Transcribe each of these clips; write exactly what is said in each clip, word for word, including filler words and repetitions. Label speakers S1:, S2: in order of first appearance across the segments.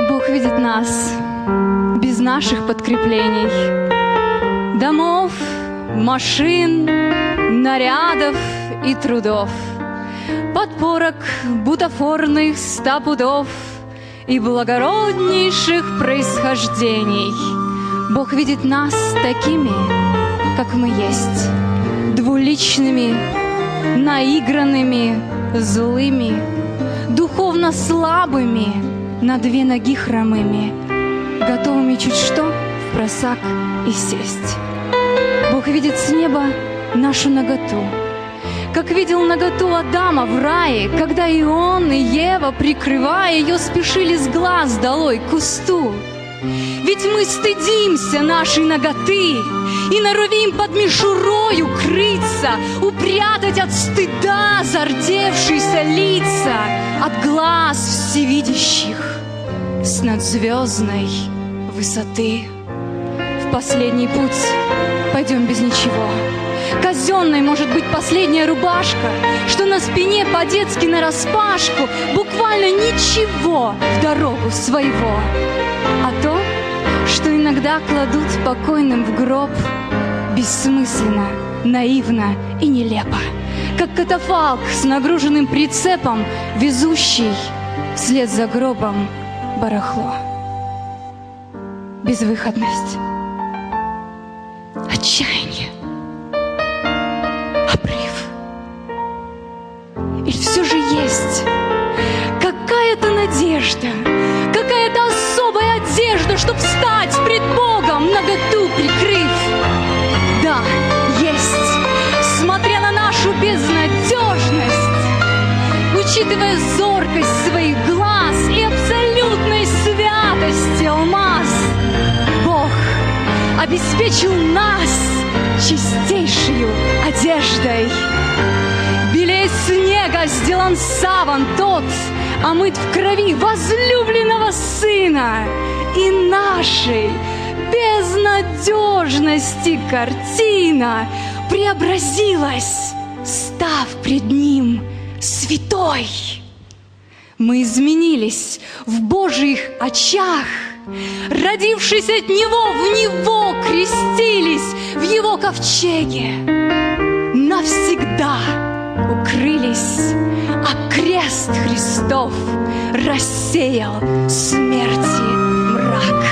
S1: Бог видит нас без наших подкреплений, домов, машин, нарядов и трудов, подпорок бутафорных ста пудов и благороднейших происхождений. Бог видит нас такими, как мы есть, двуличными, наигранными, злыми, духовно слабыми, на две ноги хромыми, готовыми чуть что впросак и сесть. Бог видит с неба нашу наготу, как видел наготу Адама в рае, когда и он, и Ева, прикрывая ее, спешили с глаз долой к кусту. Ведь мы стыдимся нашей наготы и норовим под мишурой укрыться, упрятать от стыда зардевшиеся лица от глаз всевидящих с надзвездной высоты. В последний путь пойдем без ничего. Казенной может быть последняя рубашка, что на спине по-детски нараспашку, буквально ничего в дорогу своего. А то, что иногда кладут покойным в гроб, бессмысленно, наивно и нелепо, как катафалк с нагруженным прицепом, везущий вслед за гробом барахло. Безвыходность, отчаяние, обрыв. И все же есть какая-то надежда, какая-то особая одежда, чтоб встать пред Богом, наготу прикрыв. Да, есть, смотря на нашу безнадежность, учитывая зоркость своих глаз и абсолютной святости алмаз, Бог обеспечил нас чистейшую одеждой. Белее снега сделан саван тот, омыт в крови возлюбленного Сына, и нашей безнадежности картина преобразилась, став пред Ним святой. Мы изменились в Божьих очах, родившись от Него, в Него крестились, в Его ковчеге навсегда укрылись, а крест Христов рассеял смерти мрак.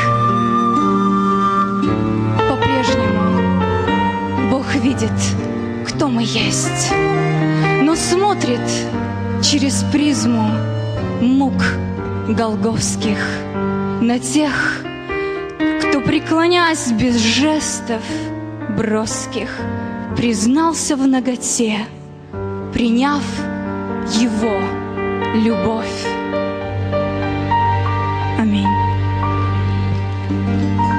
S1: По-прежнему Бог видит, кто мы есть, но смотрит через призму мук голгофских на тех, кто, преклонясь без жестов броских, признался в наготе, приняв Его любовь. Аминь.